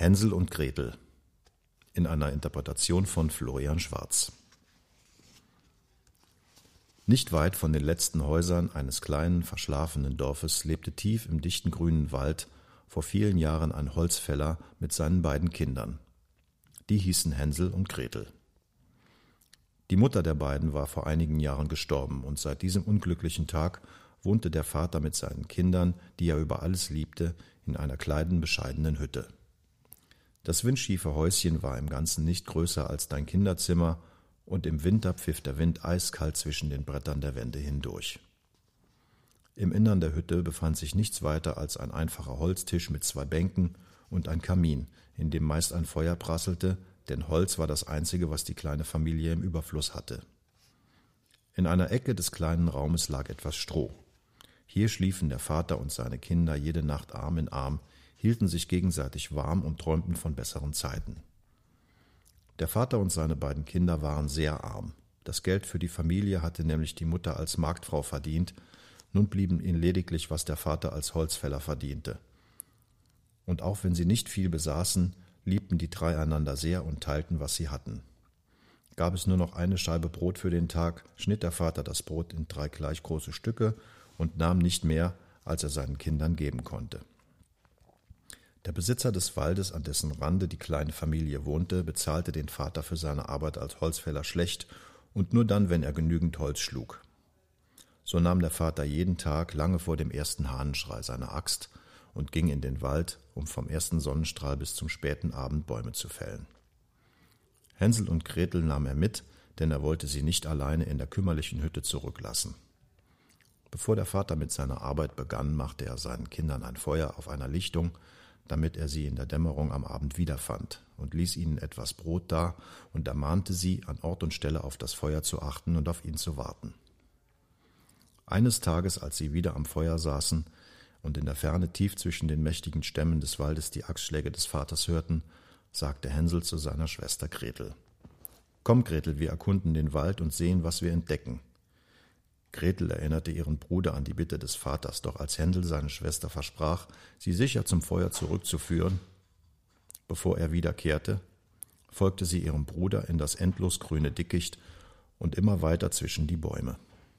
Hänsel und Gretel in einer Interpretation von Florian Schwarz. Nicht weit von den letzten Häusern eines kleinen, verschlafenen Dorfes lebte tief im dichten grünen Wald vor vielen Jahren ein Holzfäller mit seinen beiden Kindern. Die hießen Hänsel und Gretel. Die Mutter der beiden war vor einigen Jahren gestorben und seit diesem unglücklichen Tag wohnte der Vater mit seinen Kindern, die er über alles liebte, in einer kleinen, bescheidenen Hütte. Das windschiefe Häuschen war im Ganzen nicht größer als dein Kinderzimmer, und im Winter pfiff der Wind eiskalt zwischen den Brettern der Wände hindurch. Im Innern der Hütte befand sich nichts weiter als ein einfacher Holztisch mit 2 Bänken und ein Kamin, in dem meist ein Feuer prasselte, denn Holz war das Einzige, was die kleine Familie im Überfluss hatte. In einer Ecke des kleinen Raumes lag etwas Stroh. Hier schliefen der Vater und seine Kinder jede Nacht Arm in Arm, hielten sich gegenseitig warm und träumten von besseren Zeiten. Der Vater und seine beiden Kinder waren sehr arm. Das Geld für die Familie hatte nämlich die Mutter als Marktfrau verdient, nun blieben ihnen lediglich, was der Vater als Holzfäller verdiente. Und auch wenn sie nicht viel besaßen, liebten die 3 einander sehr und teilten, was sie hatten. Gab es nur noch eine Scheibe Brot für den Tag, schnitt der Vater das Brot in 3 gleich große Stücke und nahm nicht mehr, als er seinen Kindern geben konnte. Der Besitzer des Waldes, an dessen Rande die kleine Familie wohnte, bezahlte den Vater für seine Arbeit als Holzfäller schlecht und nur dann, wenn er genügend Holz schlug. So nahm der Vater jeden Tag, lange vor dem ersten Hahnenschrei, seine Axt und ging in den Wald, um vom ersten Sonnenstrahl bis zum späten Abend Bäume zu fällen. Hänsel und Gretel nahm er mit, denn er wollte sie nicht alleine in der kümmerlichen Hütte zurücklassen. Bevor der Vater mit seiner Arbeit begann, machte er seinen Kindern ein Feuer auf einer Lichtung, damit er sie in der Dämmerung am Abend wiederfand, und ließ ihnen etwas Brot da und ermahnte sie, an Ort und Stelle auf das Feuer zu achten und auf ihn zu warten. Eines Tages, als sie wieder am Feuer saßen und in der Ferne tief zwischen den mächtigen Stämmen des Waldes die Axtschläge des Vaters hörten, sagte Hänsel zu seiner Schwester Gretel: »Komm, Gretel, wir erkunden den Wald und sehen, was wir entdecken.« Gretel erinnerte ihren Bruder an die Bitte des Vaters, doch als Hänsel seine Schwester versprach, sie sicher zum Feuer zurückzuführen, bevor er wiederkehrte, folgte sie ihrem Bruder in das endlos grüne Dickicht und immer weiter zwischen die Bäume.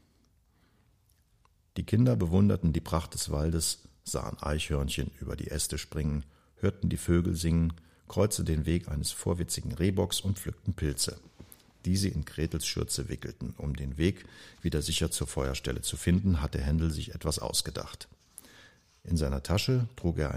Die Kinder bewunderten die Pracht des Waldes, sahen Eichhörnchen über die Äste springen, hörten die Vögel singen, kreuzten den Weg eines vorwitzigen Rehbocks und pflückten Pilze, die sie in Gretels Schürze wickelten. Um den Weg wieder sicher zur Feuerstelle zu finden, hatte Hänsel sich etwas ausgedacht. In seiner Tasche trug er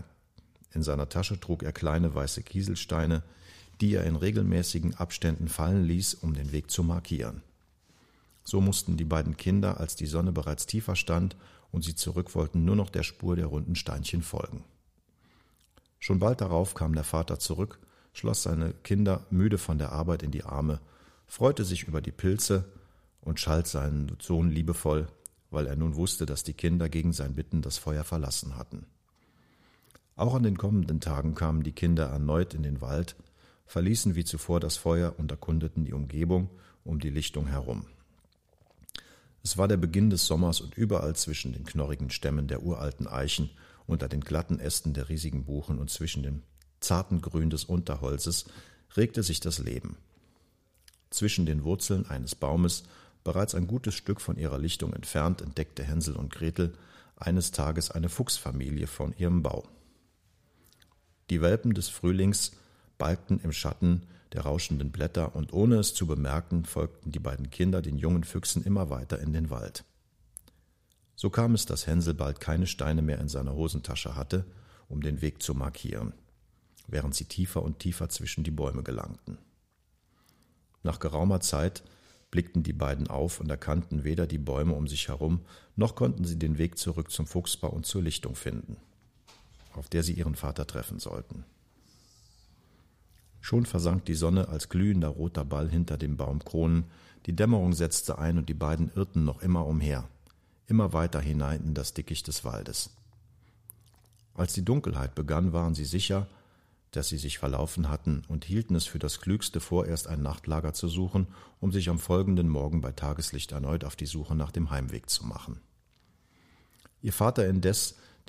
kleine weiße Kieselsteine, die er in regelmäßigen Abständen fallen ließ, um den Weg zu markieren. So mussten die beiden Kinder, als die Sonne bereits tiefer stand und sie zurück wollten, nur noch der Spur der runden Steinchen folgen. Schon bald darauf kam der Vater zurück, schloss seine Kinder müde von der Arbeit in die Arme, freute sich über die Pilze und schalt seinen Sohn liebevoll, weil er nun wusste, dass die Kinder gegen sein Bitten das Feuer verlassen hatten. Auch an den kommenden Tagen kamen die Kinder erneut in den Wald, verließen wie zuvor das Feuer und erkundeten die Umgebung um die Lichtung herum. Es war der Beginn des Sommers und überall zwischen den knorrigen Stämmen der uralten Eichen, unter den glatten Ästen der riesigen Buchen und zwischen dem zarten Grün des Unterholzes regte sich das Leben. Zwischen den Wurzeln eines Baumes, bereits ein gutes Stück von ihrer Lichtung entfernt, entdeckte Hänsel und Gretel eines Tages eine Fuchsfamilie von ihrem Bau. Die Welpen des Frühlings balgten im Schatten der rauschenden Blätter, und ohne es zu bemerken, folgten die beiden Kinder den jungen Füchsen immer weiter in den Wald. So kam es, dass Hänsel bald keine Steine mehr in seiner Hosentasche hatte, um den Weg zu markieren, während sie tiefer und tiefer zwischen die Bäume gelangten. Nach geraumer Zeit blickten die beiden auf und erkannten weder die Bäume um sich herum, noch konnten sie den Weg zurück zum Fuchsbau und zur Lichtung finden, auf der sie ihren Vater treffen sollten. Schon versank die Sonne als glühender roter Ball hinter den Baumkronen, die Dämmerung setzte ein und die beiden irrten noch immer umher, immer weiter hinein in das Dickicht des Waldes. Als die Dunkelheit begann, waren sie sicher, dass sie sich verlaufen hatten und hielten es für das Klügste, vorerst ein Nachtlager zu suchen, um sich am folgenden Morgen bei Tageslicht erneut auf die Suche nach dem Heimweg zu machen. Ihr Vater indes,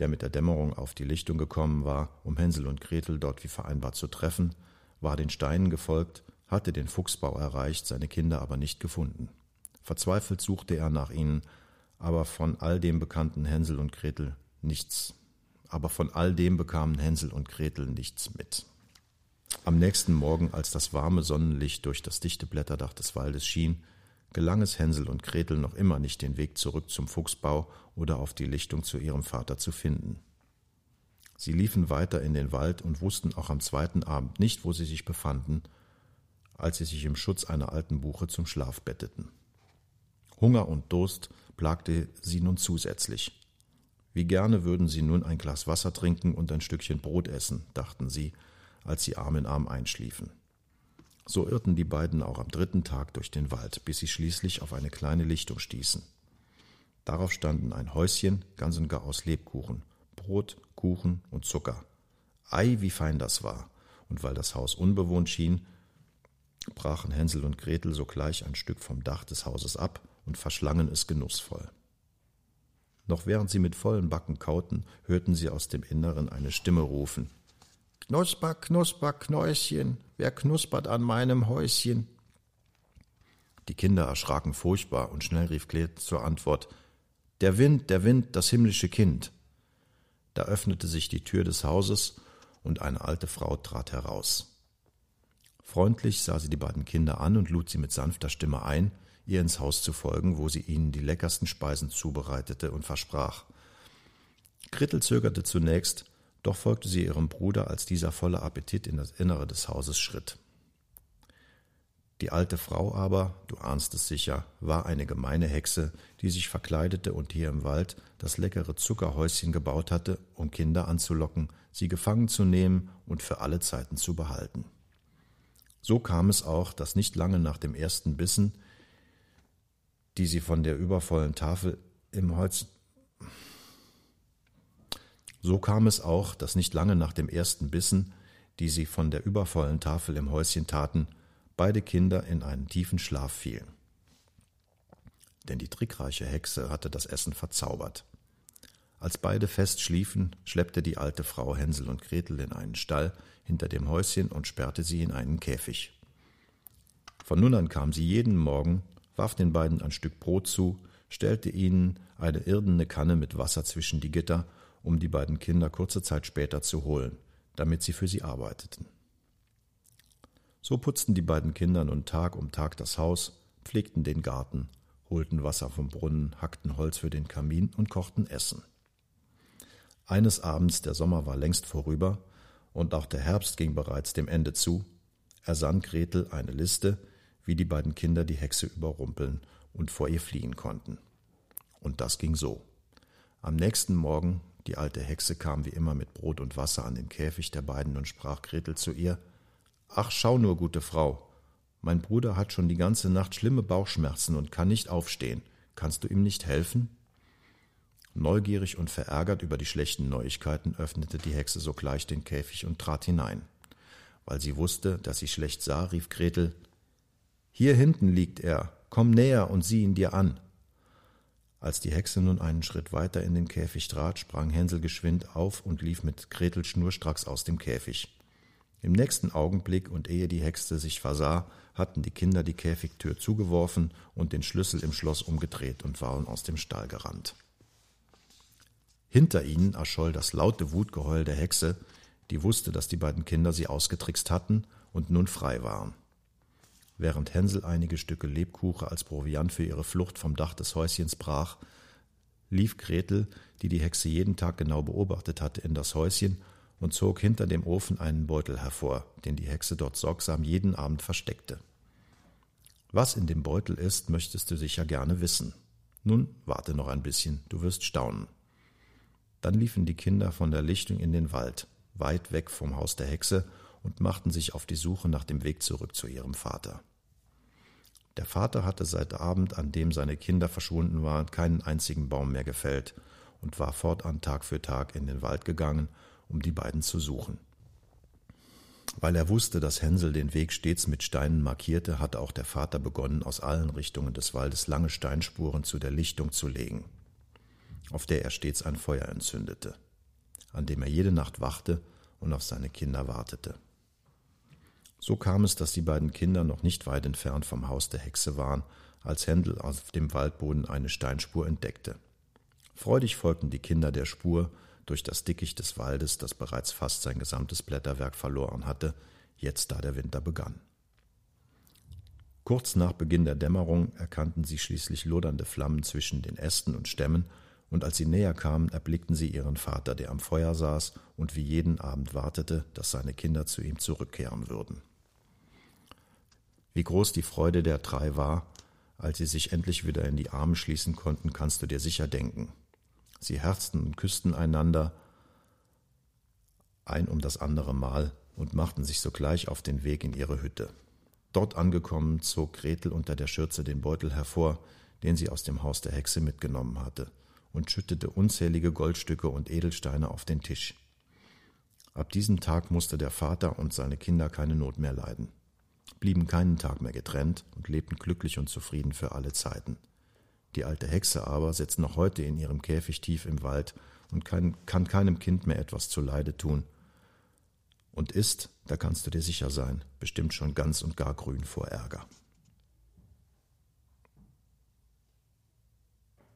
der mit der Dämmerung auf die Lichtung gekommen war, um Hänsel und Gretel dort wie vereinbart zu treffen, war den Steinen gefolgt, hatte den Fuchsbau erreicht, seine Kinder aber nicht gefunden. Verzweifelt suchte er nach ihnen, aber von all dem bekannten Hänsel und Gretel nichts. Aber von all dem bekamen Hänsel und Gretel nichts mit. Am nächsten Morgen, als das warme Sonnenlicht durch das dichte Blätterdach des Waldes schien, gelang es Hänsel und Gretel noch immer nicht, den Weg zurück zum Fuchsbau oder auf die Lichtung zu ihrem Vater zu finden. Sie liefen weiter in den Wald und wussten auch am zweiten Abend nicht, wo sie sich befanden, als sie sich im Schutz einer alten Buche zum Schlaf betteten. Hunger und Durst plagte sie nun zusätzlich. Wie gerne würden sie nun ein Glas Wasser trinken und ein Stückchen Brot essen, dachten sie, als sie Arm in Arm einschliefen. So irrten die beiden auch am dritten Tag durch den Wald, bis sie schließlich auf eine kleine Lichtung stießen. Darauf standen ein Häuschen, ganz und gar aus Lebkuchen, Brot, Kuchen und Zucker. Ei, wie fein das war, und weil das Haus unbewohnt schien, brachen Hänsel und Gretel sogleich ein Stück vom Dach des Hauses ab und verschlangen es genussvoll. Noch während sie mit vollen Backen kauten, hörten sie aus dem Inneren eine Stimme rufen: »Knusper, knusper, Knäuschen, wer knuspert an meinem Häuschen?« Die Kinder erschraken furchtbar, und schnell rief Gretel zur Antwort: Der Wind, das himmlische Kind.« Da öffnete sich die Tür des Hauses, und eine alte Frau trat heraus. Freundlich sah sie die beiden Kinder an und lud sie mit sanfter Stimme ein, ihr ins Haus zu folgen, wo sie ihnen die leckersten Speisen zubereitete und versprach. Gretel zögerte zunächst, doch folgte sie ihrem Bruder, als dieser voller Appetit in das Innere des Hauses schritt. Die alte Frau aber, du ahnst es sicher, war eine gemeine Hexe, die sich verkleidete und hier im Wald das leckere Zuckerhäuschen gebaut hatte, um Kinder anzulocken, sie gefangen zu nehmen und für alle Zeiten zu behalten. So kam es auch, dass nicht lange nach dem ersten Bissen, die sie von der übervollen Tafel im Häuschen taten, beide Kinder in einen tiefen Schlaf fielen. Denn die trickreiche Hexe hatte das Essen verzaubert. Als beide fest schliefen, schleppte die alte Frau Hänsel und Gretel in einen Stall hinter dem Häuschen und sperrte sie in einen Käfig. Von nun an kam sie jeden Morgen, warf den beiden ein Stück Brot zu, stellte ihnen eine irdene Kanne mit Wasser zwischen die Gitter, um die beiden Kinder kurze Zeit später zu holen, damit sie für sie arbeiteten. So putzten die beiden Kinder nun Tag um Tag das Haus, pflegten den Garten, holten Wasser vom Brunnen, hackten Holz für den Kamin und kochten Essen. Eines Abends, der Sommer war längst vorüber und auch der Herbst ging bereits dem Ende zu, ersann Gretel eine Liste, wie die beiden Kinder die Hexe überrumpeln und vor ihr fliehen konnten. Und das ging so. Am nächsten Morgen, die alte Hexe kam wie immer mit Brot und Wasser an den Käfig der beiden und sprach Gretel zu ihr: »Ach, schau nur, gute Frau, mein Bruder hat schon die ganze Nacht schlimme Bauchschmerzen und kann nicht aufstehen. Kannst du ihm nicht helfen?« Neugierig und verärgert über die schlechten Neuigkeiten öffnete die Hexe sogleich den Käfig und trat hinein. Weil sie wusste, dass sie schlecht sah, rief Gretel: »Hier hinten liegt er, komm näher und sieh ihn dir an.« Als die Hexe nun einen Schritt weiter in den Käfig trat, sprang Hänsel geschwind auf und lief mit Gretel schnurstracks aus dem Käfig. Im nächsten Augenblick und ehe die Hexe sich versah, hatten die Kinder die Käfigtür zugeworfen und den Schlüssel im Schloss umgedreht und waren aus dem Stall gerannt. Hinter ihnen erscholl das laute Wutgeheul der Hexe, die wusste, dass die beiden Kinder sie ausgetrickst hatten und nun frei waren. Während Hänsel einige Stücke Lebkuchen als Proviant für ihre Flucht vom Dach des Häuschens brach, lief Gretel, die die Hexe jeden Tag genau beobachtet hatte, in das Häuschen und zog hinter dem Ofen einen Beutel hervor, den die Hexe dort sorgsam jeden Abend versteckte. Was in dem Beutel ist, möchtest du sicher gerne wissen. Nun, warte noch ein bisschen, du wirst staunen. Dann liefen die Kinder von der Lichtung in den Wald, weit weg vom Haus der Hexe, und machten sich auf die Suche nach dem Weg zurück zu ihrem Vater. Der Vater hatte seit Abend, an dem seine Kinder verschwunden waren, keinen einzigen Baum mehr gefällt und war fortan Tag für Tag in den Wald gegangen, um die beiden zu suchen. Weil er wusste, dass Hänsel den Weg stets mit Steinen markierte, hatte auch der Vater begonnen, aus allen Richtungen des Waldes lange Steinspuren zu der Lichtung zu legen, auf der er stets ein Feuer entzündete. an dem er jede Nacht wachte und auf seine Kinder wartete. So kam es, dass die beiden Kinder noch nicht weit entfernt vom Haus der Hexe waren, als Händel auf dem Waldboden eine Steinspur entdeckte. Freudig folgten die Kinder der Spur durch das Dickicht des Waldes, das bereits fast sein gesamtes Blätterwerk verloren hatte, jetzt da der Winter begann. Kurz nach Beginn der Dämmerung erkannten sie schließlich lodernde Flammen zwischen den Ästen und Stämmen, und als sie näher kamen, erblickten sie ihren Vater, der am Feuer saß und wie jeden Abend wartete, dass seine Kinder zu ihm zurückkehren würden. Wie groß die Freude der drei war, als sie sich endlich wieder in die Arme schließen konnten, kannst du dir sicher denken. Sie herzten und küssten einander ein um das andere Mal und machten sich sogleich auf den Weg in ihre Hütte. Dort angekommen, zog Gretel unter der Schürze den Beutel hervor, den sie aus dem Haus der Hexe mitgenommen hatte, und schüttete unzählige Goldstücke und Edelsteine auf den Tisch. Ab diesem Tag musste der Vater und seine Kinder keine Not mehr leiden, blieben keinen Tag mehr getrennt und lebten glücklich und zufrieden für alle Zeiten. Die alte Hexe aber sitzt noch heute in ihrem Käfig tief im Wald und kann keinem Kind mehr etwas zuleide tun und ist, da kannst du dir sicher sein, bestimmt schon ganz und gar grün vor Ärger.